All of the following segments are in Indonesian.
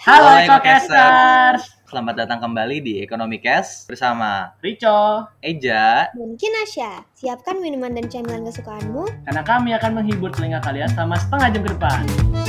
Halo EcoCasters, selamat datang kembali di Ekonomi Cash bersama Rico, Eja, dan Kinasya. Siapkan minuman dan camilan kesukaanmu, karena kami akan menghibur telinga kalian selama setengah jam ke depan.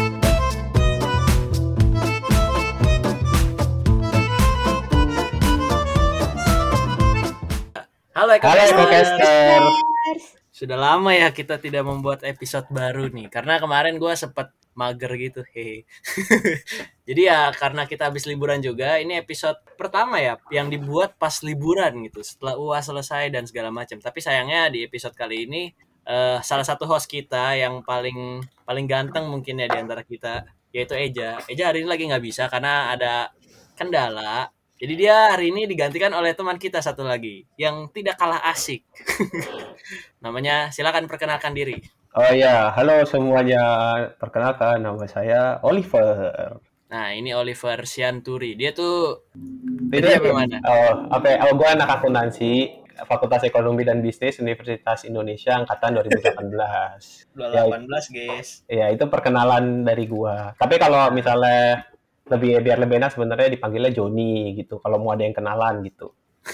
Halo EcoCasters. Sudah lama ya kita tidak membuat episode baru nih, karena kemarin gue sempat mager gitu, hehe. Jadi ya karena kita habis liburan juga, ini episode pertama ya yang dibuat pas liburan gitu, setelah UAS selesai dan segala macam. Tapi sayangnya di episode kali ini salah satu host kita yang paling ganteng mungkin ya di antara kita, yaitu Eja. Eja hari ini lagi nggak bisa karena ada kendala. Jadi dia hari ini digantikan oleh teman kita satu lagi yang tidak kalah asik. Namanya, silakan perkenalkan diri. Oh ya, halo semuanya. Perkenalkan, nama saya Oliver. Nah, ini Oliver Sianturi. Dia tuh Ini apa mana? gue anak akuntansi, Fakultas Ekonomi dan Bisnis Universitas Indonesia angkatan 2018. 2018 guys. Ya, itu perkenalan dari gua. Tapi kalau misalnya biar lebih enak sebenarnya dipanggilnya Joni gitu. Kalau mau ada yang kenalan gitu.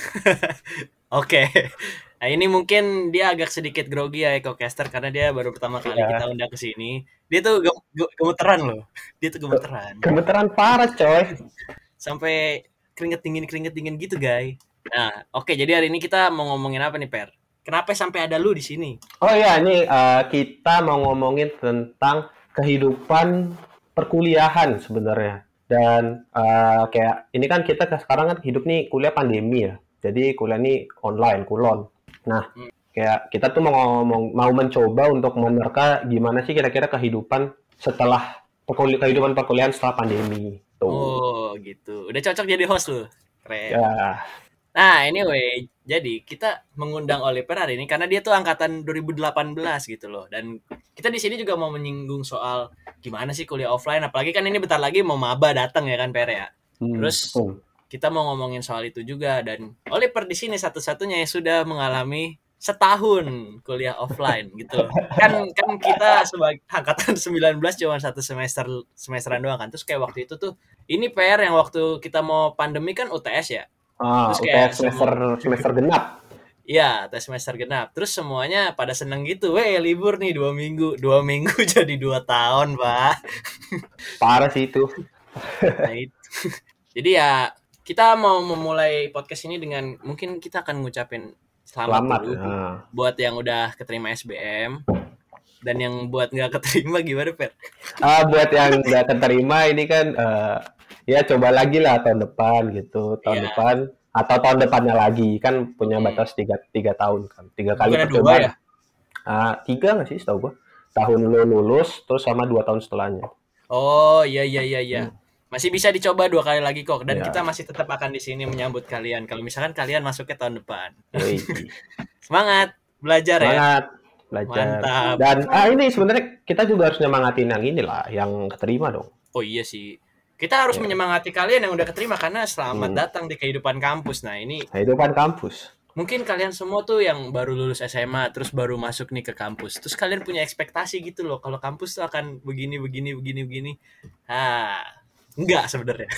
Oke. Nah, ini mungkin dia agak sedikit grogi ya EcoCaster karena dia baru pertama kali kita undang ke sini. Dia tuh gemeteran loh. Dia tuh gemeteran. Gemeteran parah, coy. Sampai keringet dingin gitu, guys. Nah, oke, jadi hari ini kita mau ngomongin apa nih, Per? Kenapa sampai ada lu di sini? Oh iya, ini kita mau ngomongin tentang kehidupan perkuliahan sebenarnya. Dan kayak ini kan kita sekarang kan hidup nih kuliah pandemi ya. Jadi kuliah nih online, kulon. Nah, kayak kita tuh mau mencoba untuk menerka gimana sih kira-kira kehidupan setelah kehidupan perkuliahan setelah pandemi. Tuh. Oh, gitu. Udah cocok jadi host lu. Keren. Ya. Nah, anyway, jadi kita mengundang Oliver hari ini karena dia tuh angkatan 2018 gitu loh. Dan kita di sini juga mau menyinggung soal gimana sih kuliah offline, apalagi kan ini bentar lagi mau maba datang ya kan, Per ya. Terus kita mau ngomongin soal itu juga, dan Oliver di sini satu-satunya yang sudah mengalami setahun kuliah offline gitu. Kan kita sebagai angkatan 19 cuma satu semesteran doang kan. Terus kayak waktu itu tuh ini PR yang waktu kita mau pandemi kan UTS ya. Terus kayak semester genap. Iya, tes semester genap. Terus semuanya pada seneng gitu. Libur nih 2 minggu. 2 minggu jadi 2 tahun, Pak. Parah sih itu. Nah, itu. Jadi ya kita mau memulai podcast ini dengan mungkin kita akan ngucapin selamat dulu buat yang udah keterima SBM, dan yang buat nggak keterima gimana, Per? Buat yang nggak keterima ini kan ya coba lagi lah tahun depan gitu, depan atau tahun depannya lagi, kan punya batas 3 tahun kan, 3 kali percobaan. Ya? 3 nggak sih setahu gua, tahun lo lulus terus sama 2 tahun setelahnya. Oh iya. Masih bisa dicoba 2 kali lagi kok, dan kita masih tetap akan di sini menyambut kalian kalau misalkan kalian masuknya tahun depan. Semangat belajar ya. Semangat belajar. Mantap. Dan ini sebenarnya kita juga harus nyemangatin yang inilah, yang keterima dong. Oh iya sih. Kita harus menyemangati kalian yang udah keterima karena selamat datang di kehidupan kampus. Nah, ini kehidupan kampus. Mungkin kalian semua tuh yang baru lulus SMA terus baru masuk nih ke kampus. Terus kalian punya ekspektasi gitu loh kalau kampus tuh akan begini. Enggak sebenarnya.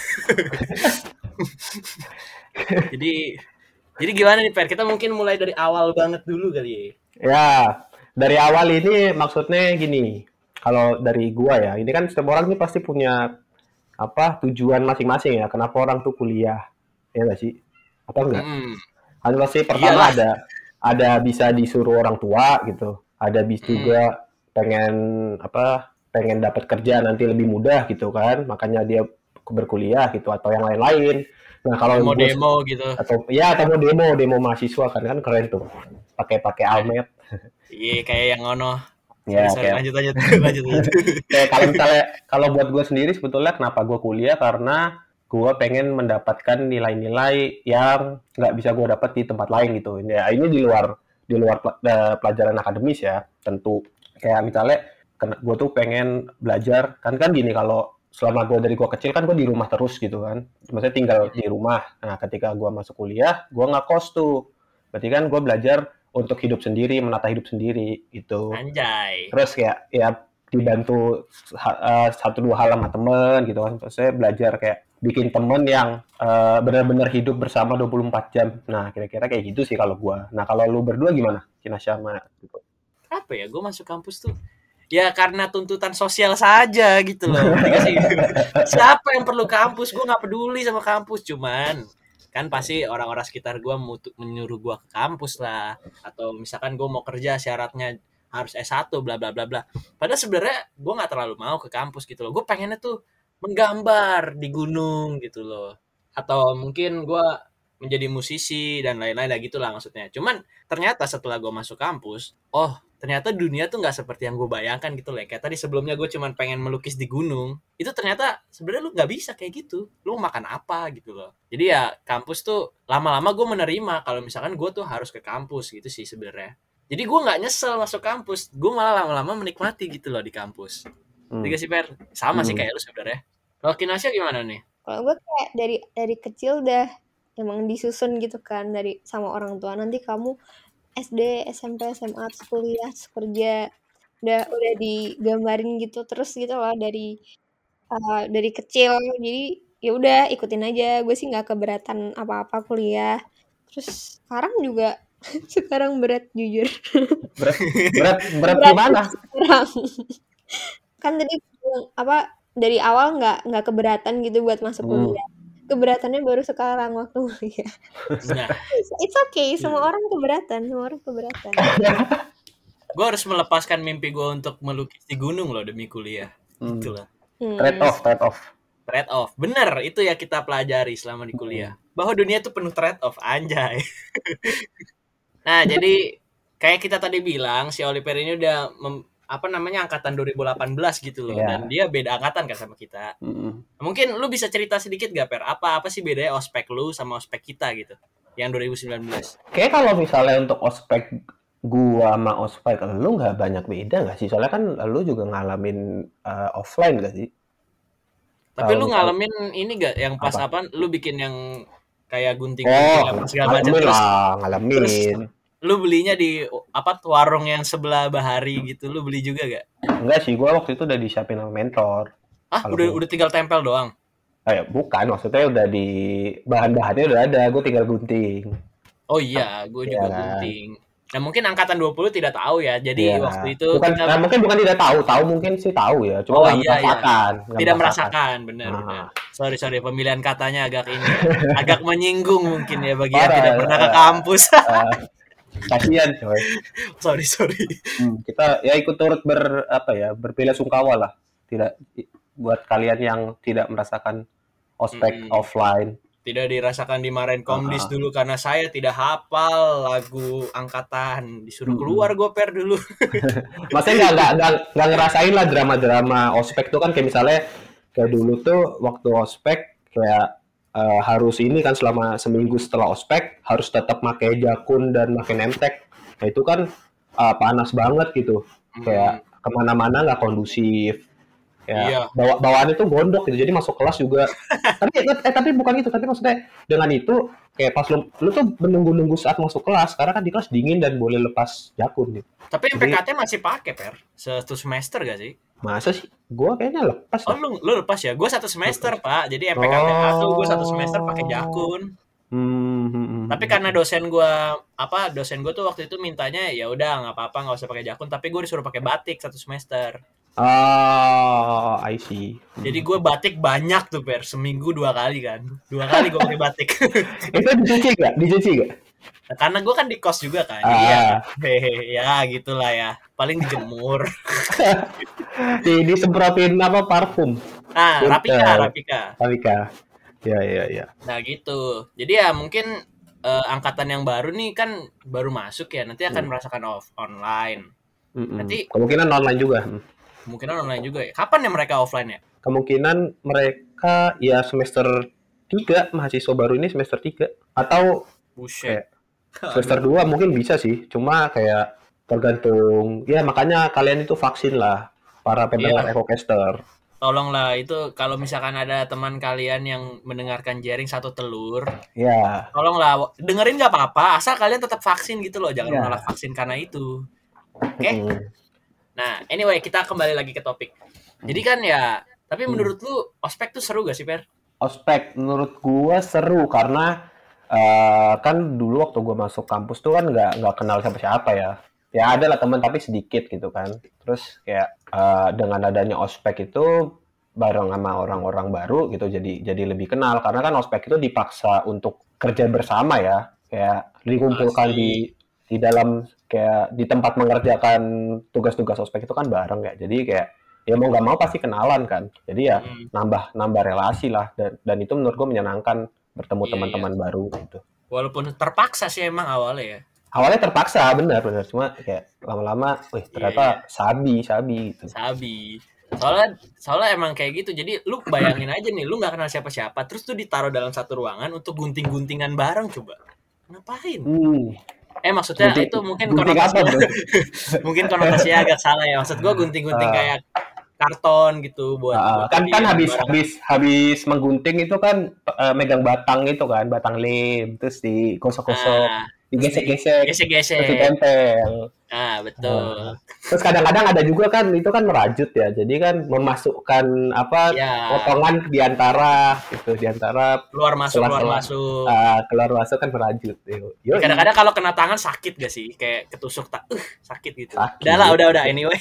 Jadi gimana nih, Per? Kita mungkin mulai dari awal banget dulu kali ya. Ya, dari awal ini maksudnya gini. Kalau dari gua ya, ini kan setiap orang nih pasti punya tujuan masing-masing ya. Kenapa orang tuh kuliah? Ya nggak sih? Apa enggak? Kan pasti pertama ada bisa disuruh orang tua gitu. Ada bisa juga pengen dapat kerja nanti lebih mudah gitu kan. Makanya dia berkuliah gitu, atau yang lain-lain. Nah, kalau mau demo gitu. Atau mau demo mahasiswa kan keren tuh. Pakai almet. Iya, kayak yang ngono. Ya, lanjut. Kayak kalau buat gue sendiri sebetulnya kenapa gue kuliah, karena gue pengen mendapatkan nilai-nilai yang nggak bisa gue dapat di tempat lain gitu. Ya, ini di luar pelajaran akademis ya, tentu. Kayak misalnya gue tuh pengen belajar kan gini, kalau selama gue dari gue kecil kan gue di rumah terus gitu kan, maksudnya tinggal di rumah. Nah, ketika gue masuk kuliah gue nggak kos tuh, berarti kan gue belajar untuk hidup sendiri, menata hidup sendiri gitu. Anjay. Terus kayak ya dibantu satu dua hal sama temen gitu kan. Terus saya belajar kayak bikin temen yang benar-benar hidup bersama 24 jam. Nah, kira-kira kayak gitu sih kalau gua. Nah, kalau lu berdua gimana? Kinasya sama gitu. Apa ya, gue masuk kampus tuh ya karena tuntutan sosial saja gitu loh. Sih. Siapa yang perlu kampus? Gue nggak peduli sama kampus, cuman kan pasti orang-orang sekitar gue menyuruh gue ke kampus lah, atau misalkan gue mau kerja syaratnya harus S1 bla bla bla bla. Padahal sebenarnya gue nggak terlalu mau ke kampus gitu loh. Gue pengennya tuh menggambar di gunung gitu loh, atau mungkin gue menjadi musisi dan lain-lain lah gitulah maksudnya. Cuman ternyata setelah gue masuk kampus, ternyata dunia tuh nggak seperti yang gue bayangkan gitu loh. Kayak tadi sebelumnya gue cuman pengen melukis di gunung, itu ternyata sebenarnya lu nggak bisa kayak gitu. Lu makan apa gitu loh. Jadi ya kampus tuh lama-lama gue menerima kalau misalkan gue tuh harus ke kampus gitu sih sebenarnya. Jadi gue nggak nyesel masuk kampus, gue malah lama-lama menikmati gitu loh di kampus. Tiga sih Per, sama sih kayak lu sebenarnya. Kalau Kinasya gimana nih? Kalau gue kayak dari kecil udah emang disusun gitu kan dari sama orang tua, nanti kamu SD, SMP, SMA, terus kuliah, terus kerja, udah digambarin gitu terus gitu loh dari kecil. Jadi ya udah ikutin aja. Gue sih nggak keberatan apa-apa kuliah. Terus sekarang juga sekarang berat jujur. Berat gimana? Sekarang. Kan tadi dari awal nggak keberatan gitu buat masuk kuliah. Keberatannya baru sekarang waktu kuliah. Nah, It's okay, semua orang keberatan. gue harus melepaskan mimpi gue untuk melukis di gunung loh demi kuliah. Itulah. Trade off. Bener, itu ya kita pelajari selama di kuliah. Bahwa dunia itu penuh trade off, anjay. Nah, jadi kayak kita tadi bilang, si Oliver ini udah angkatan 2018 gitu loh. Yeah. Dan dia beda angkatan kan sama kita. Mungkin lu bisa cerita sedikit gak, Per? Apa sih bedanya ospek lu sama ospek kita gitu? Yang 2019. Kayak kalau misalnya untuk ospek gua sama ospek lu nggak banyak beda nggak sih? Soalnya kan lu juga ngalamin offline nggak sih? Tapi lu ngalamin ini gak yang pas lu bikin yang kayak gunting-gunting segala macam ngalamin. Terus lu belinya di warung yang sebelah Bahari gitu, lu beli juga gak? Enggak sih, gua waktu itu udah disiapin sama mentor. Udah tinggal tempel doang? Bukan, maksudnya udah di bahan-bahannya udah ada, gue tinggal gunting. Oh iya, gue juga gunting. Nah mungkin angkatan 20 tidak tahu ya, jadi waktu itu mungkin bukan tidak tahu mungkin sih tahu ya, cuma merasakan. Tidak merasakan, benar. Sorry, pemilihan katanya agak menyinggung mungkin ya bagi yang tidak pernah ke kampus. Kasian coy. Sorry. Kita ya ikut turut berbelasungkawa lah. Tidak buat kalian yang tidak merasakan ospek offline. Tidak dirasakan dimarahin Komdis dulu karena saya tidak hafal lagu angkatan, disuruh keluar gue Per dulu. Maksudnya nggak ngerasain lah drama-drama ospek tuh kan, kayak misalnya kayak dulu tuh waktu ospek kayak harus ini kan selama seminggu setelah ospek harus tetap pakai jakun dan pakai nemtek. Nah itu kan panas banget gitu, kayak kemana-mana nggak kondusif. Ya, bawaannya tuh gondok gitu, jadi masuk kelas juga. tapi bukan itu, tapi maksudnya dengan itu kayak pas lu tuh menunggu saat masuk kelas, karena kan di kelas dingin dan boleh lepas jakun gitu. Tapi MPKT masih pakai Per, satu semester gak sih? Masa sih? Gua kayaknya lepas. Lu lepas ya? Gua satu semester Pak, jadi MPKT 1 gua satu semester pakai jakun. Tapi karena dosen gua tuh waktu itu mintanya ya udah nggak apa-apa nggak usah pakai jakun, tapi gue disuruh pakai batik satu semester. I see. Jadi gue batik banyak tuh Per, seminggu 2 kali kan. 2 kali gue pakai batik. Itu dicuci gak? Nah, karena gue kan di kos juga kan. Jadi ya gitulah ya. Paling dijemur. Disemprotin parfum. Rapika. Ya. Nah gitu. Jadi ya mungkin angkatan yang baru nih kan baru masuk ya, nanti akan merasakan online. Nanti kemungkinan online juga. Ya. Kapan ya mereka offline ya? Kemungkinan mereka ya semester 3, mahasiswa baru ini semester 3. Atau semester 2 mungkin bisa sih. Cuma kayak tergantung. Ya makanya kalian itu vaksin lah, para pendengar Ecocaster. Tolonglah itu kalau misalkan ada teman kalian yang mendengarkan Jaring Satu Telur. Ya. Tolonglah dengerin nggak apa-apa, asal kalian tetap vaksin gitu loh. Jangan menolak vaksin karena itu. Oke? Nah, anyway, kita kembali lagi ke topik. Jadi kan ya, tapi menurut lu ospek tuh seru gak sih, Per? Ospek menurut gua seru karena kan dulu waktu gua masuk kampus tuh kan nggak kenal siapa-siapa ya. Ya ada lah teman tapi sedikit gitu kan. Terus kayak dengan adanya ospek itu bareng sama orang-orang baru gitu jadi lebih kenal karena kan ospek itu dipaksa untuk kerja bersama ya. Kayak dikumpulkan di dalam kayak di tempat mengerjakan tugas-tugas ospek itu kan bareng ya. Jadi kayak ya mau nggak mau pasti kenalan kan. Jadi ya nambah relasi lah dan itu menurut gue menyenangkan bertemu teman-teman baru gitu. Walaupun terpaksa sih emang awalnya ya. Awalnya terpaksa benar cuma kayak lama-lama, ternyata sabi gitu. Sabi. Soalnya emang kayak gitu. Jadi lu bayangin aja nih, lu nggak kenal siapa-siapa, terus tuh ditaruh dalam satu ruangan untuk gunting-guntingan bareng coba. Ngapain? Maksudnya itu mungkin konotasinya mungkin konotasinya agak salah ya. Maksud gue gunting-gunting kayak karton gitu buat kan habis menggunting itu kan megang batang itu kan, batang lem terus digosok-gosok, digesek-gesek, terus ditempel. Betul. Terus kadang-kadang ada juga kan itu kan merajut ya. Jadi kan memasukkan potongan di antara keluar masuk keluar masuk kan merajut. Kadang-kadang kalau kena tangan sakit gak sih? Kayak ketusuk sakit gitu. Udah anyway.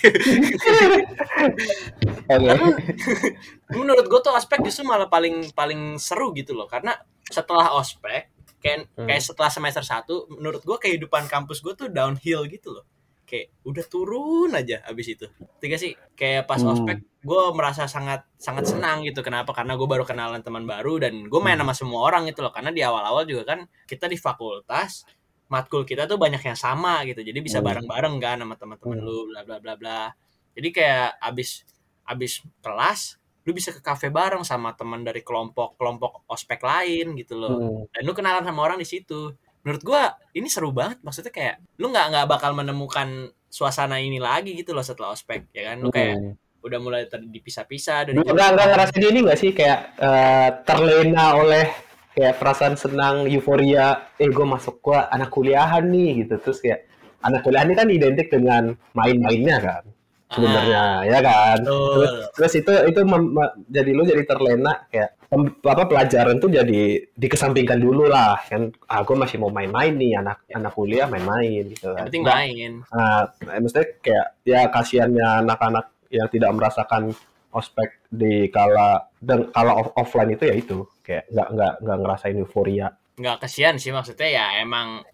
Menurut gue tuh ospek justru malah paling seru gitu loh, karena setelah ospek kayak setelah semester 1 menurut gue kehidupan kampus gue tuh downhill gitu loh, kayak udah turun aja abis itu. Tiga sih kayak pas ospek gue merasa sangat senang gitu. Kenapa? Karena gue baru kenalan teman baru dan gue main sama semua orang gitu loh, karena di awal-awal juga kan kita di fakultas matkul kita tuh banyak yang sama gitu, jadi bisa bareng-bareng kan sama teman-teman lu bla bla bla bla. Jadi kayak abis kelas lu bisa ke kafe bareng sama teman dari kelompok ospek lain gitu loh. Dan lu kenalan sama orang di situ. Menurut gua ini seru banget, maksudnya kayak lu nggak bakal menemukan suasana ini lagi gitu loh setelah ospek ya kan. Lu kayak udah mulai dipisah-pisah dari nggak ngerasain ini nggak sih kayak terlena oleh kayak perasaan senang, euforia, gue masuk gua anak kuliahan nih gitu. Terus kayak anak kuliahan ini kan identik dengan main-mainnya kan sebenarnya, ya kan. Terus itu jadi lu jadi terlena kayak pelajaran tuh jadi dikesampingkan dulu lah kan. Gue masih mau main-main nih, anak kuliah main-main gitu kan. Yang penting main. Maksudnya kayak ya kasihannya anak-anak yang tidak merasakan ospek di kala offline itu ya itu kayak nggak ngerasain euforia. Nggak kasihan sih, maksudnya ya emang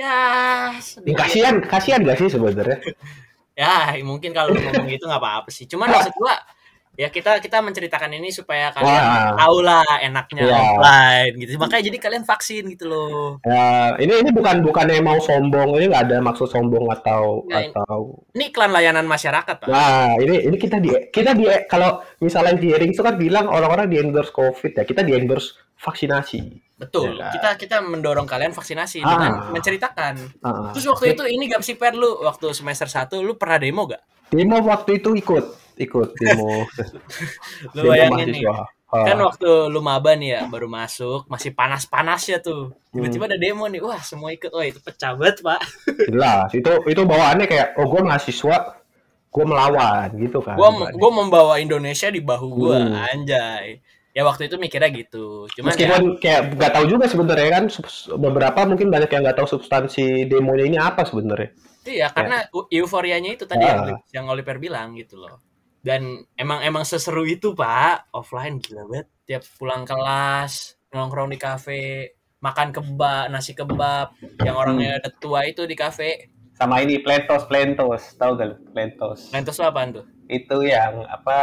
ya kasihan gak sih sebenarnya? Ya mungkin kalau ngomong gitu nggak apa-apa sih. Cuman maksud gua ya kita menceritakan ini supaya kalian tahu lah enaknya offline gitu. Makanya jadi kalian vaksin gitu loh. Ya, ini bukannya mau sombong, ini nggak ada maksud sombong atau ini iklan layanan masyarakat, Pak. Nah, ini kita di kalau misalnya di Hearing itu kan bilang orang-orang di endorse COVID ya, kita di endorse vaksinasi. Betul. Ya, kita mendorong kalian vaksinasi dengan menceritakan. Terus waktu itu ini gak sih Per, lu waktu semester 1 lu pernah demo gak? Demo waktu itu ikut demo. Lu bayangin nih. Kan waktu lu maba nih ya, baru masuk, masih panas-panasnya tuh. Tiba-tiba ada demo nih. Wah, semua ikut. Wah, itu pecah banget, Pak. Jelas. Itu bawaannya kayak gue mahasiswa, gue melawan gitu kan. Gue membawa Indonesia di bahu gue, anjay. Ya waktu itu mikirnya gitu. Cuman meskipun kayak nggak tahu juga sebenarnya kan, beberapa mungkin banyak yang nggak tahu substansi demonya ini apa sebenarnya. Iya, karena euforianya itu tadi yang Oliver bilang gitu loh. Dan emang seseru itu Pak, offline gila banget. Tiap pulang kelas, nongkrong di kafe, makan nasi kebab, yang orangnya udah tua itu di kafe. Sama ini plentos, tahu gak lu? Plentos apaan tuh? Itu yang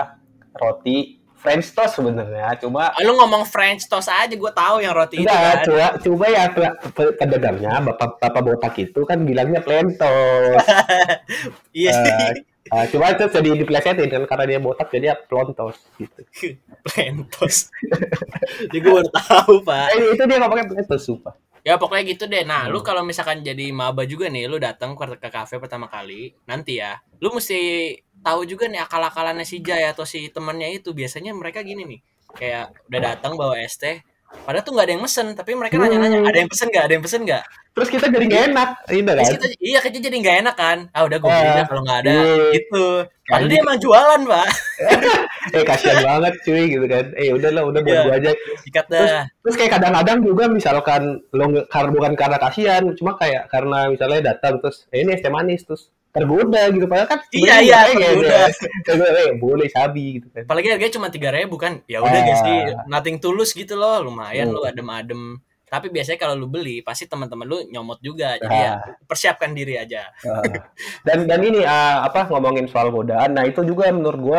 roti French toast sebenarnya, cuma lu ngomong French toast aja, gue tahu yang roti itu kan. Cuma ya pedagangnya bapak botak itu kan bilangnya plentos. Iya sih. Cuma itu jadi diplesetin kan karena dia botak jadi ya plontos gitu. Plentos. Jadi gue baru tahu Pak. Itu dia ngomongnya plentos sumpah. Ya pokoknya gitu deh. Nah, lu kalau misalkan jadi maba juga nih, lu datang ke kafe pertama kali, nanti ya, lu mesti tahu juga nih akal-akalannya si Jay atau si temannya itu. Biasanya mereka gini nih, kayak udah datang bawa es teh, Padahal tuh nggak ada yang mesen, tapi mereka nanya-nanya, ada yang pesen nggak? Terus kita jadi nggak enak, ini Terus kan? kita, iya kayaknya jadi nggak enak kan. Udah gue beli dah kalau nggak ada, iya. gitu. Padahal dia emang jualan, Pak. Kasihan banget cuy gitu kan. Udahlah, udah buat Iya. gua aja. Sikat dah. Terus kayak kadang-kadang juga misalkan lo bukan karena kasihan, cuma kayak karena misalnya datang terus ini es teh manis terus tergoda gitu, padahal kan Iya, tergoda. Boleh sabi gitu kan. Apalagi harganya cuma 3.000 kan. Ya udah guys sih, nothing tulus gitu loh, lumayan lu adem-adem. Tapi biasanya kalau lu beli pasti teman-teman lu nyomot juga. Jadi ya persiapkan diri aja. Dan ini ngomongin soal godaan. Nah, itu juga menurut gua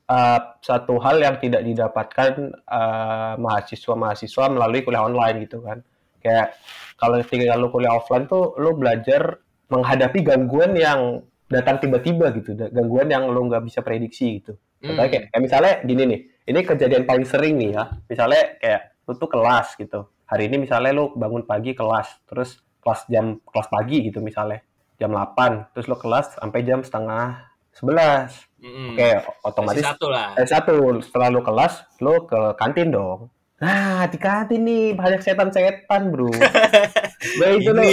satu hal yang tidak didapatkan mahasiswa melalui kuliah online gitu kan. Kayak kalau ketika lu kuliah offline tuh lu belajar menghadapi gangguan yang datang tiba-tiba gitu, gangguan yang lu nggak bisa prediksi gitu. Kayak misalnya gini nih, ini kejadian paling sering nih ya. Misalnya kayak lu tuh kelas gitu. Hari ini misalnya lu bangun pagi kelas, terus kelas pagi gitu misalnya jam 8, terus lu kelas sampai jam setengah 11. Oke, otomatis satu setelah lu kelas, lu ke kantin dong. Nah, di kantin nih banyak setan-setan, bro. Begitu lo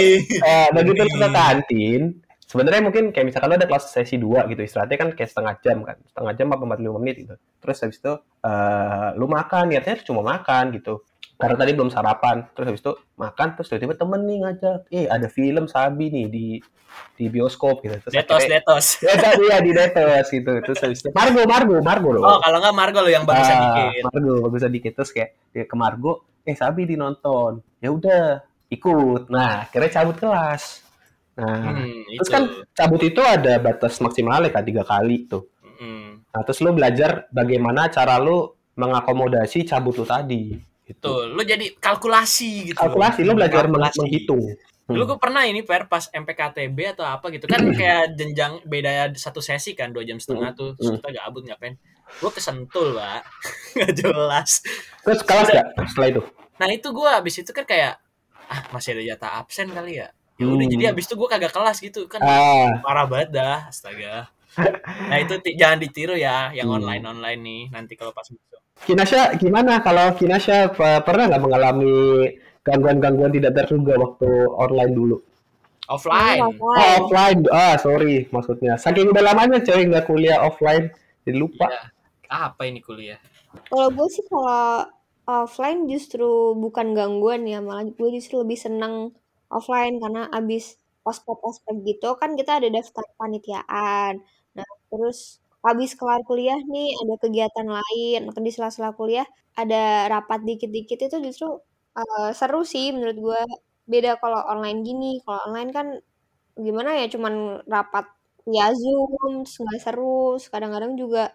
ke kantin, sebenarnya mungkin kayak misalkan lo ada kelas sesi 2 gitu, istirahatnya kan kayak setengah jam apa 45 menit gitu. Terus habis itu lu makan, niatnya cuma makan gitu. Karena tadi belum sarapan, terus habis itu makan, terus tiba-tiba temen nih ngajak, ada film Sabi nih di bioskop gitu. Terus Detos. Iya di Detos gitu. Terus habis itu Margo loh. Oh, kalau nggak Margo lo yang bagusan dikit. Margo bagusan dikit, terus kayak dia ke Margo, Sabi dinonton. Ya udah, ikut. Nah, akhirnya cabut kelas. Nah, terus kan cabut itu ada batas maksimalnya kan 3 kali tuh. Nah, terus lu belajar bagaimana cara lu mengakomodasi cabut lu tadi. Gitu. Tuh, lu jadi kalkulasi gitu. Kalkulasi, lu belajar menghitung. Dulu gue pernah ini pas MPKTB atau apa gitu kan kayak jenjang beda satu sesi kan 2 jam setengah tuh, terus kita gabut ngapain? Gue ke Sentul, Pak. Nggak jelas. Terus kelas nggak setelah itu? Nah itu gue abis itu kan kayak masih ada jatah absen kali ya. Ya udah jadi abis itu gue kagak kelas gitu kan. Parah banget dah, astaga. Nah itu jangan ditiru ya yang online nih nanti kalau pas besok. Kinasya gimana? Kalau Kinasya pernah nggak mengalami gangguan-gangguan tidak terduga waktu online dulu? Offline. Offline. Sorry maksudnya. Saking udah lamanya cewek nggak kuliah offline, jadi lupa. Iya. Apa ini kuliah? Kalau gue sih kalau offline justru bukan gangguan ya, malah gue justru lebih senang offline karena abis ospek gitu kan kita ada daftar panitiaan. Nah terus habis kelar kuliah nih ada kegiatan lain atau di sela-sela kuliah ada rapat dikit-dikit itu justru seru sih menurut gue. Beda kalau online gini, kalau online kan gimana ya cuman rapat via Zoom, terus nggak seru, kadang-kadang juga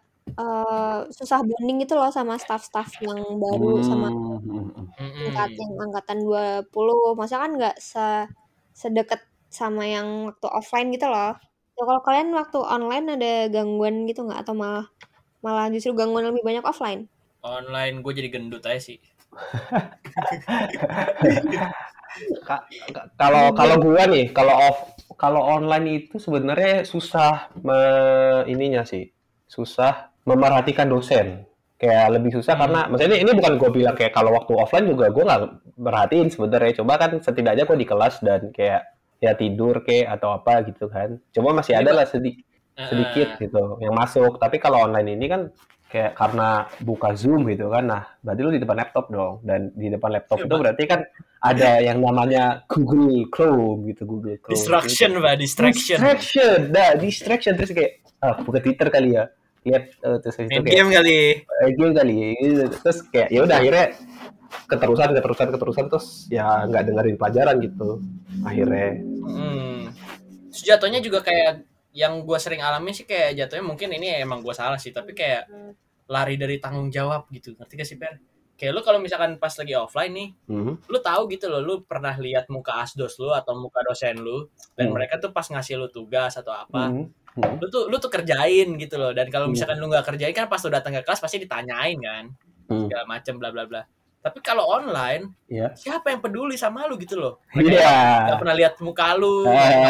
susah bonding gitu loh sama staff-staff yang baru sama angkatan 20. Masa kan nggak sedekat sama yang waktu offline gitu loh. Ya, kalau kalian waktu online ada gangguan gitu nggak? Atau malah justru gangguan lebih banyak offline? Online gue jadi gendut aja sih. Kalau gue nih, kalau online itu sebenarnya susah susah memerhatikan dosen. Kayak lebih susah karena maksudnya ini bukan gue bilang kayak kalau waktu offline juga gue nggak merhatiin sebenarnya. Coba kan setidaknya gue di kelas dan kayak ya tidur kayak atau apa gitu kan. Cuma masih ada lah sedikit gitu yang masuk. Tapi kalau online ini kan kayak karena buka Zoom gitu kan, nah berarti lu di depan laptop dong, dan di depan laptop itu berarti kan ada yang namanya Google Chrome gitu, Google Chrome. Distraction. Distraction terus kayak buka Twitter kali ya, lihat terus itu kayak game kali, terus kayak ya udah akhirnya keterusan terus ya nggak dengerin pelajaran gitu akhirnya. Jatuhnya juga kayak yang gue sering alami sih kayak jatuhnya mungkin ini emang gue salah sih, tapi kayak lari dari tanggung jawab gitu, ngerti gak sih Per? Kayak lu kalau misalkan pas lagi offline nih, lu tahu gitu loh, lu pernah lihat muka asdos lu atau muka dosen lu, dan mereka tuh pas ngasih lu tugas atau apa, lu tuh kerjain gitu loh. Dan kalau misalkan lu nggak kerjain kan pas lu datang ke kelas pasti ditanyain kan, segala macem bla bla bla. Tapi kalau online, siapa yang peduli sama lu gitu loh? Nggak pernah lihat muka lu,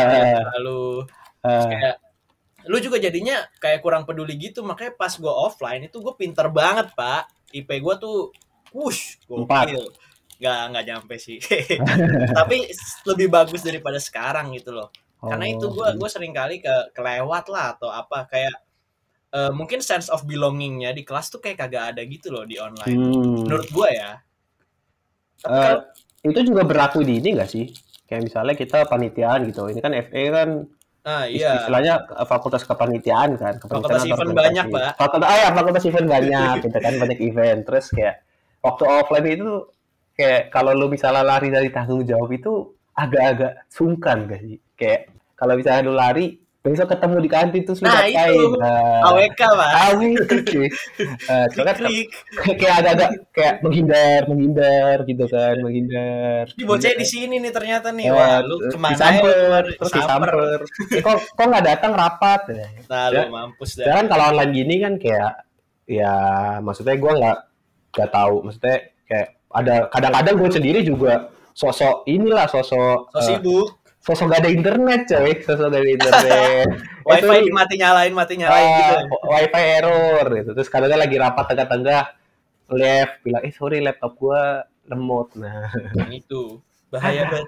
Terus kayak lu juga jadinya kayak kurang peduli gitu. Makanya pas gue offline itu gue pinter banget, Pak. IP gue tuh gokil. nggak nyampe sih. Tapi lebih bagus daripada sekarang gitu loh. Karena itu gue sering kali kelewat lah atau apa kayak mungkin sense of belongingnya di kelas tuh kayak kagak ada gitu loh di online. Menurut gue ya. Itu juga berlaku di ini nggak sih? Kayak misalnya kita panitiaan gitu. Ini kan FE kan iya. istilahnya fakultas kepanitiaan kan. Fakultas event banyak, Pak. Fakultas event banyak gitu kan, banyak event. Terus kayak waktu offline itu kayak kalau lu misalnya lari dari tanggung jawab itu agak-agak sungkan gak sih? Kayak kalau misalnya lu lari besok ketemu di kantin terus lu ngapain? Itu AWK, Pak. AWK cuy. Kayak agak-agak kayak menghindar gitu kan, menghindar. Diboceh di sini nih ternyata nih. Wah, lu kemana terus disamper. Kok nggak datang rapat? Nah, lu mampus dah. Jangan kalau online gini kan kayak ya maksudnya gue nggak tahu. Maksudnya kayak ada kadang-kadang gue sendiri juga sosok sibuk. Sosok gak ada internet coy, sosok gak ada internet. Wifi mati nyalain gitu. Wifi error gitu. Terus kadang-kadang lagi rapat tengah-tengah left bilang sorry laptop gua lemot. Nah, itu bahaya banget.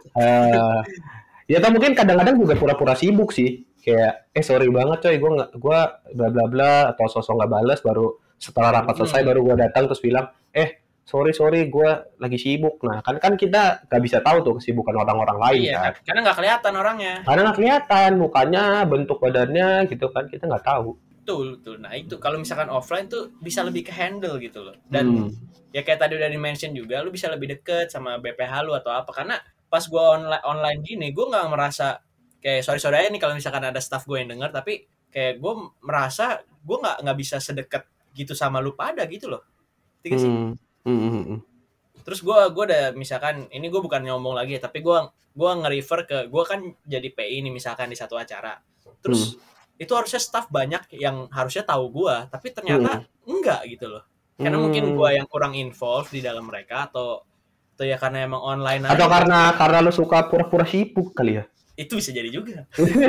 Ya atau mungkin kadang-kadang juga pura-pura sibuk sih. Kayak sorry banget coy, gua bla bla bla atau sosok nggak balas baru setelah rapat selesai baru gua datang terus bilang sorry gue lagi sibuk. Nah kan kita nggak bisa tahu tuh kesibukan orang-orang lain kan. Karena nggak kelihatan orangnya. Karena nggak kelihatan mukanya, bentuk badannya gitu kan, kita nggak tahu. Betul. Nah itu kalau misalkan offline tuh bisa lebih ke handle gitu loh. Dan ya kayak tadi udah di-mention juga, lu bisa lebih deket sama BPH lu atau apa. Karena pas gue online gini, gue nggak merasa kayak sorry aja nih kalau misalkan ada staff gue yang denger, tapi kayak gue merasa gue nggak bisa sedekat gitu sama lu pada gitu loh. Tiga sih. Terus gue udah misalkan ini gue bukan nyombong lagi tapi gue nge-refer ke gue kan jadi PI nih misalkan di satu acara terus itu harusnya staff banyak yang harusnya tahu gue tapi ternyata enggak gitu loh karena mungkin gue yang kurang involved di dalam mereka atau ya karena emang online atau karena lu suka pura-pura sibuk kali ya itu bisa jadi juga.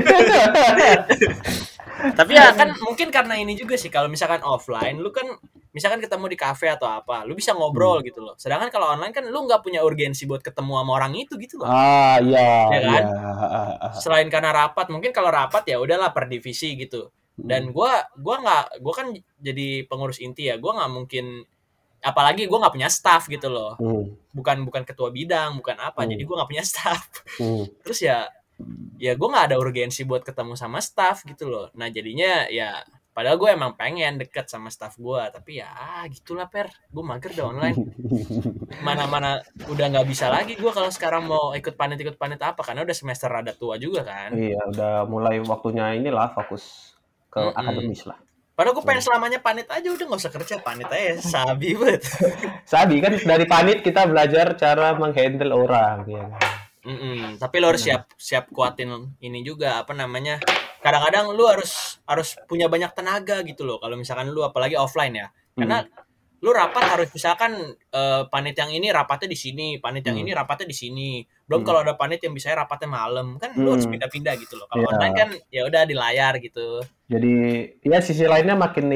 Tapi ya kan mungkin karena ini juga sih kalau misalkan offline lu kan misalkan ketemu di kafe atau apa lu bisa ngobrol gitu loh sedangkan kalau online kan lu nggak punya urgensi buat ketemu sama orang itu gitu loh. Iya kan? Selain karena rapat mungkin kalau rapat ya udahlah per divisi gitu dan gue kan jadi pengurus inti ya gue nggak mungkin apalagi gue nggak punya staff gitu loh bukan ketua bidang bukan apa jadi gue nggak punya staff terus ya gue nggak ada urgensi buat ketemu sama staff gitu loh. Nah jadinya ya padahal gue emang pengen deket sama staff gue tapi ya gitulah gue mager deh online. Mana udah nggak bisa lagi gue kalau sekarang mau ikut panit apa karena udah semester rada tua juga kan. Iya udah mulai waktunya inilah fokus ke akademis lah. Padahal gue pengen selamanya panit aja udah nggak usah kerja panit aja sabi banget. Sabi kan dari panit kita belajar cara menghandle orang ya. Tapi lo harus siap kuatin ini juga apa namanya kadang-kadang lu harus punya banyak tenaga gitu loh kalau misalkan lu apalagi offline ya karena lu rapat harus misalkan panit yang ini rapatnya di sini panit yang ini rapatnya di sini belum kalau ada panit yang bisa rapatnya malam kan lu harus pindah-pindah gitu loh kalau online kan ya udah di layar gitu jadi ya sisi lainnya makin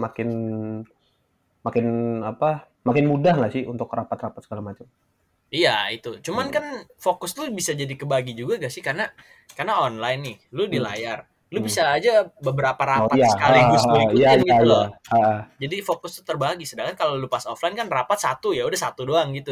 mudah nggak sih untuk rapat-rapat segala macam. Iya itu, cuman kan fokus lu bisa jadi kebagi juga gak sih karena online nih, lu di layar, lu bisa aja beberapa rapat sekaligus ikutin gitu loh. Jadi fokus tuh terbagi, sedangkan kalau lu pas offline kan rapat satu ya udah satu doang gitu.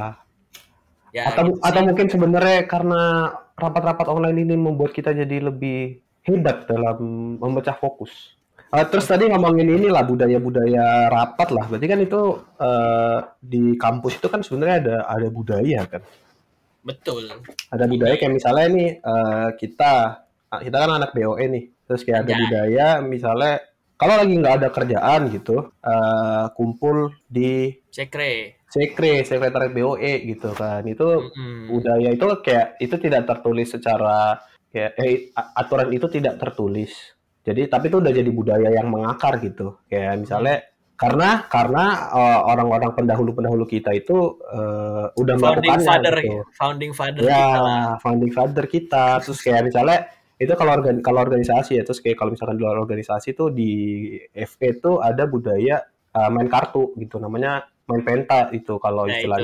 Atau mungkin sebenarnya karena rapat-rapat online ini membuat kita jadi lebih hebat dalam memecah fokus. Terus tadi ngomongin inilah budaya-budaya rapat lah. Berarti kan itu di kampus itu kan sebenarnya ada budaya kan. Betul. Ada budaya kayak misalnya nih kita kan anak BOE nih. Terus kayak ada budaya misalnya kalau lagi nggak ada kerjaan gitu kumpul di sekretariat BOE gitu kan. Itu budaya itu kayak itu tidak tertulis secara kayak aturan itu tidak tertulis. Jadi tapi itu udah jadi budaya yang mengakar gitu. Kayak misalnya karena orang-orang pendahulu kita itu udah melakukannya gitu. Founding father ya, kita lah. Founding father kita. Terus kayak misalnya itu kalau organisasi ya, terus kayak kalau misalkan di luar organisasi tuh di FE tuh ada budaya main kartu gitu, namanya main penta itu kalau istilahnya.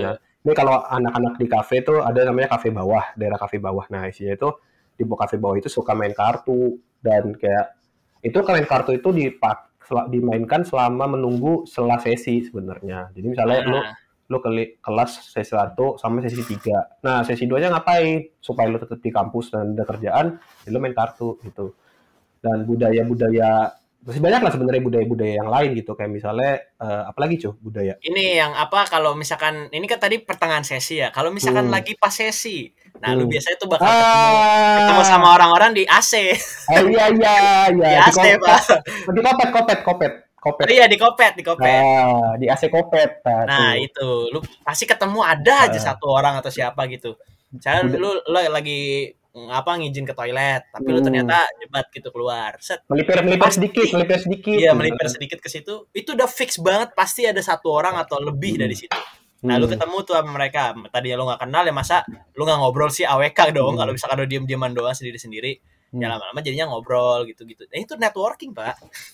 Ini kalau anak-anak di kafe tuh ada namanya kafe bawah, daerah kafe bawah. Nah, isinya itu di kafe bawah itu suka main kartu dan kayak itu main kartu itu dimainkan selama menunggu setelah sesi sebenarnya. Jadi misalnya lu kelas sesi 1 sama sesi 3. Nah, sesi 2-nya ngapain? Supaya lu tetap di kampus dan ada kerjaan, ya lu main kartu gitu. Dan budaya-budaya masih banyak lah sebenarnya budaya-budaya yang lain gitu, kayak misalnya apalagi cuy budaya. Ini yang apa kalau misalkan ini kan tadi pertengahan sesi ya. Kalau misalkan lagi pas sesi, nah lu biasanya tuh bakal ketemu sama orang-orang di AC. Iya. Di AC, Pak. Di kopet. Iya, di kopet. Di AC kopet. Nah, itu. Lu pasti ketemu ada aja satu orang atau siapa gitu. Misalnya lu lagi ngizin ke toilet, tapi lu ternyata nyebat gitu keluar. Set. Melipir sedikit. Iya, melipir sedikit ke situ. Itu udah fix banget pasti ada satu orang atau lebih dari situ. Nah, lu ketemu tuh sama mereka. Tadi lu nggak kenal ya, masa lu nggak ngobrol sih AWK dong. Kalau misalkan lu diem-dieman doang sendiri-sendiri, ya lama-lama jadinya ngobrol gitu-gitu. Itu networking, Pak.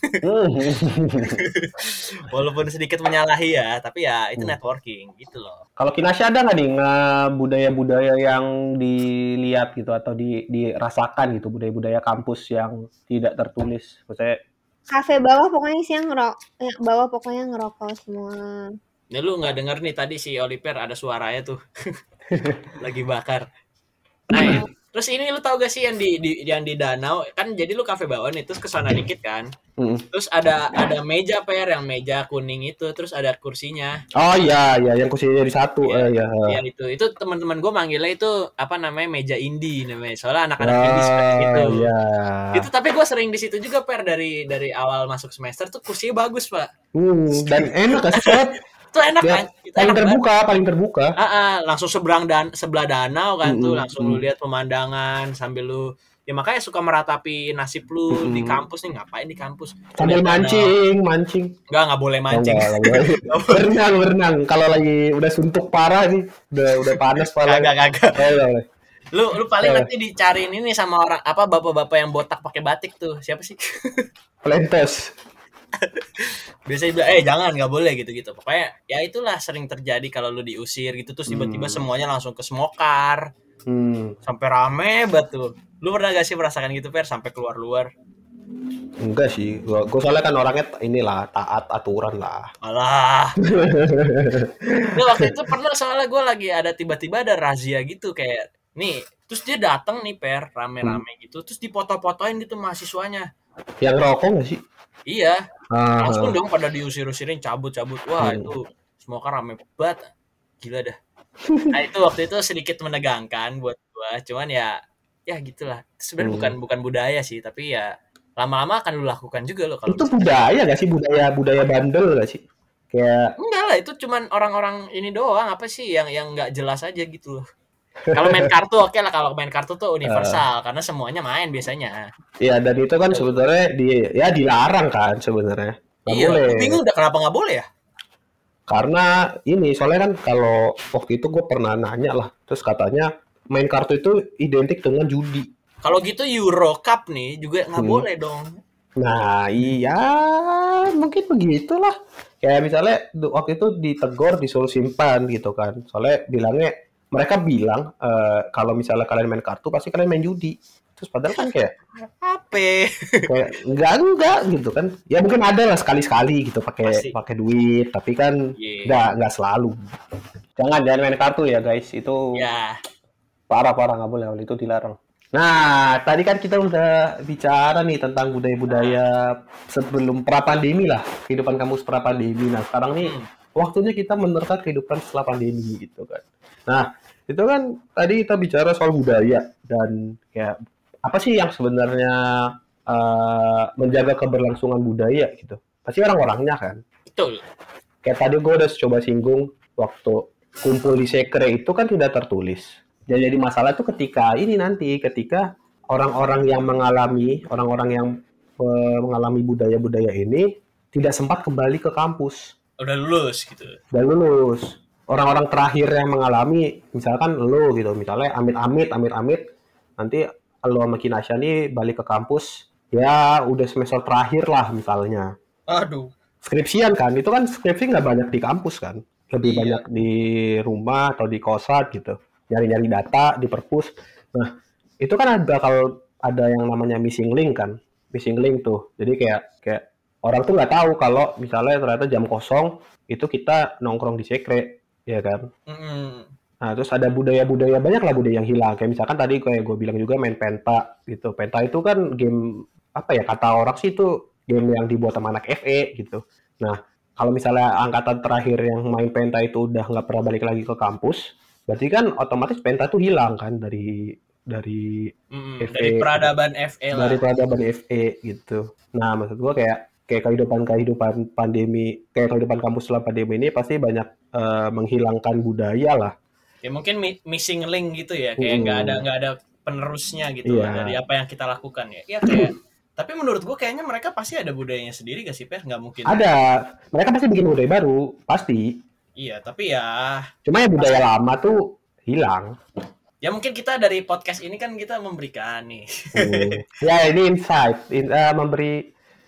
Walaupun sedikit menyalahi ya, tapi ya itu networking gitu loh. Kalau Kinasya ada nggak nih budaya-budaya yang dilihat gitu atau dirasakan gitu, budaya-budaya kampus yang tidak tertulis? Maksudnya kafe bawah pokoknya sih yang bawah pokoknya ngerokok semua. Ya lu nggak denger nih tadi si Oliver ada suaranya tuh lagi bakar. Nah, terus ini lu tau gak sih yang di danau kan, jadi lu kafe bawah nih, terus kesana dikit kan, terus ada meja yang meja kuning itu, terus ada kursinya. Oh iya yang kursinya di satu. Iya itu teman-teman gue manggilnya itu apa namanya, meja indie namanya, soalnya anak-anak indie seperti itu. Iya. Itu tapi gue sering di situ juga dari awal masuk semester tuh kursinya bagus, Pak. Dan enak sih soalnya. Itu enak kan? Paling terbuka. Langsung sebelah danau kan tuh, langsung lu lihat pemandangan sambil lu ya, makanya suka meratapi nasib lu di kampus nih, ngapain di kampus? Sambil mancing. Enggak boleh mancing. Berenang. Kalau lagi udah suntuk parah nih, udah panas parah. Kagak. Lu paling nanti dicariin ini sama orang apa, bapak-bapak yang botak pakai batik tuh. Siapa sih? Plentes. Biasanya bilang, jangan, nggak boleh gitu. Pokoknya ya itulah sering terjadi kalau lu diusir gitu, terus tiba-tiba semuanya langsung ke smokar. Sampai rame banget tuh. Lu pernah gak sih merasakan gitu, Per, sampai keluar-luar? Enggak sih, gue soalnya kan orangnya inilah taat aturan lah. Alah. Nah, waktu itu pernah soalnya gue lagi ada tiba-tiba ada razia gitu kayak nih, terus dia datang nih, Per, rame-rame gitu, terus dipoto-potoin gitu mahasiswanya. Yang rokok nggak sih? Iya, langsung dong pada diusir-usirin, cabut. Wah, itu semua kan rame banget, gila dah. Nah, itu waktu itu sedikit menegangkan buat gua, cuman ya gitulah. Sebenarnya bukan budaya sih, tapi ya lama-lama akan lu lakukan juga lo kalau itu budaya gak sih, budaya bandel gak sih? Kayak enggak lah, itu cuman orang-orang ini doang, apa sih yang nggak jelas aja gitu loh. Kalau main kartu oke lah, kalau main kartu tuh universal karena semuanya main biasanya. Iya, dan itu kan sebenarnya dilarang kan sebenarnya. Iya, bingung udah kenapa nggak boleh ya? Karena ini soalnya kan kalau waktu itu gue pernah nanya lah, terus katanya main kartu itu identik dengan judi. Kalau gitu Euro Cup nih juga nggak boleh dong. Nah iya, mungkin begitulah. Kayak misalnya waktu itu ditegur, disuruh simpan gitu kan. Soalnya mereka bilang kalau misalnya kalian main kartu pasti kalian main judi. Terus padahal kan kayak kayak enggak gitu kan. Ya mungkin ada lah sekali-sekali gitu pakai duit, tapi kan enggak selalu. Jangan main kartu ya guys, itu parah nggak boleh, itu dilarang. Nah, tadi kan kita udah bicara nih tentang budaya-budaya sebelum pra-pandemi lah, kehidupan kampus pra-pandemi. Nah, sekarang nih waktunya kita menerka kehidupan setelah pandemi gitu kan. Nah, itu kan tadi kita bicara soal budaya dan kayak apa sih yang sebenarnya menjaga keberlangsungan budaya gitu. Pasti orang-orangnya kan. Betul. Kayak tadi gue udah coba singgung waktu kumpul di sekre itu kan tidak tertulis. Jadi masalah itu ketika orang-orang yang mengalami budaya-budaya ini tidak sempat kembali ke kampus. Udah lulus gitu. Udah lulus. Orang-orang terakhir yang mengalami, misalkan lo gitu, misalnya amit-amit nanti lo sama Kinasya nih balik ke kampus, ya udah semester terakhir lah misalnya. Aduh. Skripsian kan, itu kan skripsi nggak banyak di kampus kan. lebih Iya. banyak di rumah atau di kosan gitu, nyari-nyari data di perpus. Nah, itu kan kalau ada yang namanya missing link kan, missing link tuh. Jadi kayak orang tuh nggak tahu kalau misalnya ternyata jam kosong itu kita nongkrong di sekre, ya kan? Mm-mm. Nah, terus ada budaya-budaya, banyak lah budaya yang hilang. Kayak misalkan tadi kayak gue bilang juga main penta gitu. Penta itu kan game, apa ya, kata orang sih itu game yang dibuat sama anak FE gitu. Nah, kalau misalnya angkatan terakhir yang main penta itu udah nggak pernah balik lagi ke kampus, berarti kan otomatis penta itu hilang kan dari Dari FE, peradaban FE lah. dari peradaban FE gitu. Nah, maksud gue kayak kehidupan pandemi, kayak kehidupan kampus setelah pandemi ini pasti banyak menghilangkan budaya lah. Ya mungkin missing link gitu ya, kayak nggak ada penerusnya gitu Iya. lah dari apa yang kita lakukan ya. Ya kayak tapi menurut gua kayaknya mereka pasti ada budayanya sendiri gak sih, Per? Nggak mungkin. Ada. Mereka pasti bikin budaya baru, pasti. Iya, tapi ya Cuma ya budaya lama tuh hilang. ya mungkin kita dari podcast ini kan kita memberikan nih Ya ini insight, memberi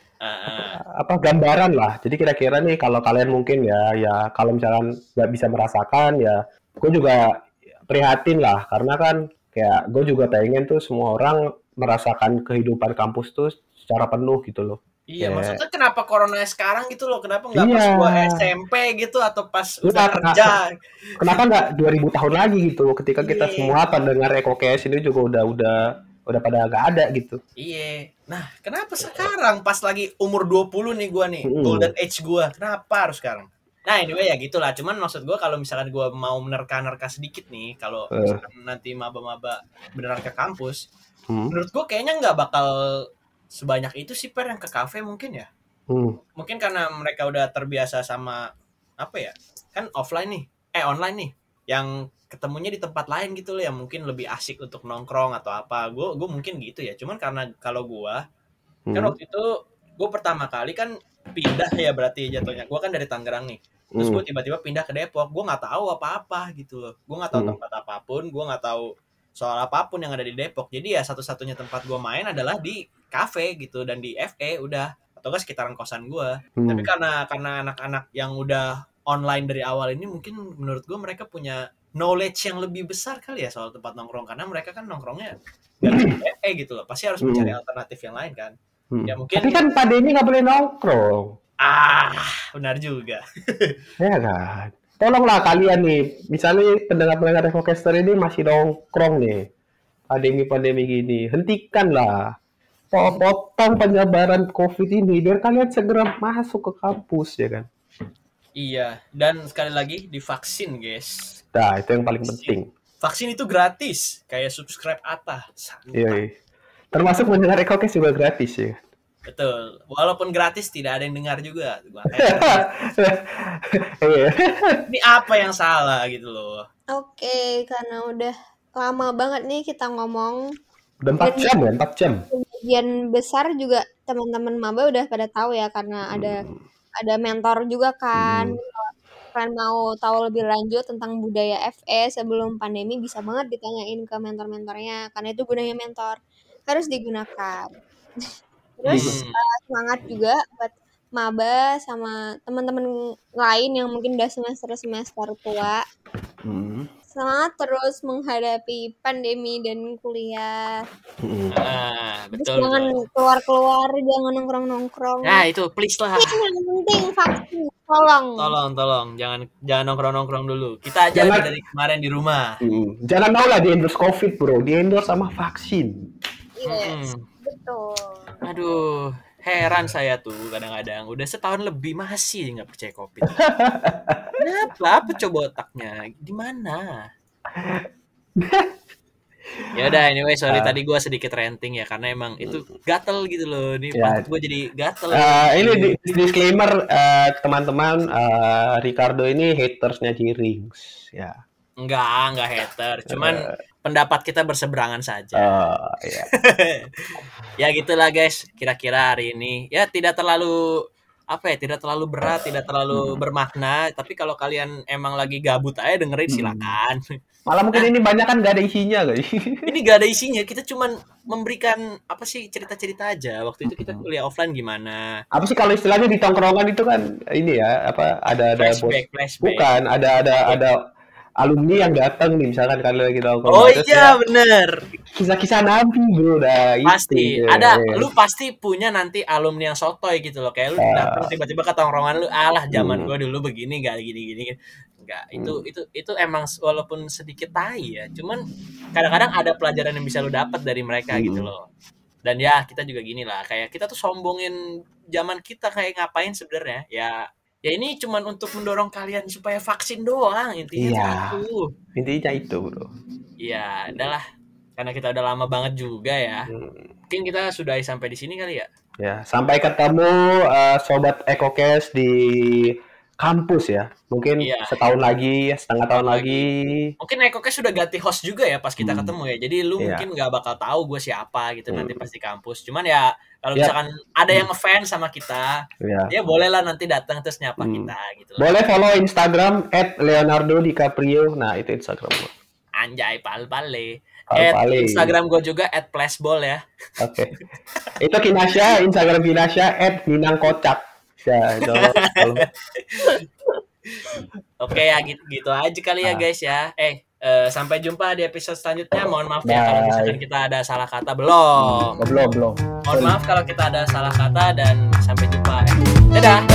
apa gambaran lah. Jadi kira-kira nih kalau kalian mungkin ya kalau misalkan nggak bisa merasakan ya, gue juga prihatin lah karena kan kayak gue juga pengen tuh semua orang merasakan kehidupan kampus tuh secara penuh gitu loh. Iya, Kayak- maksudnya kenapa corona sekarang gitu loh? Kenapa nggak pas Iya. gua SMP gitu atau pas Iya, udah kerja? Kenapa nggak 2000 tahun lagi gitu ketika kita Iya. semua pendengar EcoCast ini juga udah pada nggak ada gitu. Iya. Nah, kenapa sekarang pas lagi umur 20 nih gua nih, Mm-mm. golden age gua. Kenapa harus sekarang? Nah, anyway ya gitulah. Cuman maksud gua kalau misalkan gua mau menerka-nerka sedikit nih, kalau misalkan nanti maba-maba beneran ke kampus, menurut gua kayaknya nggak bakal sebanyak itu sih, Per, yang ke kafe mungkin ya. Mungkin karena mereka udah terbiasa sama apa ya? Kan online nih, yang ketemunya di tempat lain gitu loh, yang mungkin lebih asik untuk nongkrong atau apa. Gue mungkin gitu ya. Cuman karena kalau gue kan waktu itu gue pertama kali kan pindah ya berarti jatuhnya. Gue kan dari Tangerang nih. Terus gue tiba-tiba pindah ke Depok. Gue nggak tahu apa-apa gitu loh. Gue nggak tahu tempat apapun. Gue nggak tahu soal apapun yang ada di Depok. Jadi ya satu-satunya tempat gue main adalah di kafe gitu dan di FE udah, atau enggak sekitaran kosan gue. Tapi karena anak-anak yang udah online dari awal ini mungkin menurut gue mereka punya knowledge yang lebih besar kali ya soal tempat nongkrong, karena mereka kan nongkrongnya gak di FE gitu loh, pasti harus mencari alternatif yang lain kan. Ya mungkin. Tapi kan pandemi nggak boleh nongkrong. Benar juga. Ya kan. Tolonglah kalian nih, misalnya pendengar-pendengar Ecocaster ini masih nongkrong nih, pandemi gini, hentikanlah. Potong penyebaran COVID ini biar kalian segera masuk ke kampus ya kan. Iya, dan sekali lagi divaksin guys. Nah itu yang paling penting. Vaksin itu gratis, kayak subscribe Atta. Iya. Termasuk mendengar Ecocast juga gratis ya. Betul, walaupun gratis tidak ada yang dengar juga. Ini apa yang salah gitu loh. Oke, karena udah lama banget nih kita ngomong. Udah 4 jam ya, 4 jam. Sebagian besar juga teman-teman maba udah pada tahu ya, karena ada mentor juga kan. Kalau kalian mau tahu lebih lanjut tentang budaya FE sebelum pandemi, bisa banget ditanyain ke mentor-mentornya, karena itu gunanya mentor, harus digunakan. Terus semangat juga buat maba sama teman-teman lain yang mungkin udah semester tua. Semangat terus menghadapi pandemi dan kuliah. Betul. Jangan keluar-keluar, jangan nongkrong-nongkrong. Nah itu please lah. Yang penting vaksin, tolong, jangan nongkrong dulu. Kita aja dari kemarin di rumah. Jangan mau lah di endorse COVID bro, di endorse sama vaksin. Yes, betul. Aduh, heran saya tuh kadang-kadang udah setahun lebih masih nggak percaya COVID. Kenapa? Apa coba otaknya? Di mana? Ya udah, anyway, sorry tadi gue sedikit ranting ya karena emang itu gatel gitu loh. Nih gue jadi gatel. Ini disclaimer teman-teman, Ricardo ini hatersnya Jirings ya. Enggak hater, cuman pendapat kita berseberangan saja. Iya. Ya gitulah guys, kira-kira hari ini ya tidak terlalu tidak terlalu berat, tidak terlalu bermakna. Tapi kalau kalian emang lagi gabut aja dengerin silakan. Malah mungkin ini banyak kan gak ada isinya guys. Ini gak ada isinya, kita cuman memberikan cerita-cerita aja. Waktu itu kita kuliah offline gimana? Apa sih kalau istilahnya di tongkrongan itu kan ini ya, ada Flashback. bukan, ada alumni yang datang nih, misalkan kalian lagi nongkrong. Oh iya, bener. Kisah-kisah Nabi bro, Pasti ada. Lu pasti punya nanti alumni yang sotoy gitu loh, kayak lu datang tiba-tiba ke tongkrongan lu, zaman gua dulu begini, gak gini. Enggak, itu emang walaupun sedikit tai ya, cuman kadang-kadang ada pelajaran yang bisa lu dapat dari mereka gitu loh. Dan ya kita juga gini lah, kayak kita tuh sombongin zaman kita kayak ngapain sebenarnya ya ini cuman untuk mendorong kalian supaya vaksin doang, intinya itu. Intinya itu bro. Iya, adalah karena kita udah lama banget juga ya. Mungkin kita sudahi sampai di sini kali ya. Ya, sampai ketemu sobat EcoCast di kampus ya. Mungkin setahun lagi, setengah tahun lagi. Mungkin EcoCast sudah ganti host juga ya pas kita ketemu ya. Jadi lu mungkin nggak bakal tahu gue siapa gitu nanti pas di kampus. Cuman ya kalau misalkan ada yang ngefans sama kita, ya boleh lah nanti datang terus nyapa kita gitu. Boleh follow Instagram @leonardo_dicaprio. Nah, itu Instagram gue. Anjay, pal-pale. Instagram gue juga @flashball ya. Oke. Itu Kinasya, Instagram Kinasya @minangkocak. Ya, itu. Oke ya, gitu aja kali ya guys ya. Sampai jumpa di episode selanjutnya. Mohon maaf ya kalau misalkan kita ada salah kata. Belum. Belum. Mohon maaf kalau kita ada salah kata dan sampai jumpa. Dadah.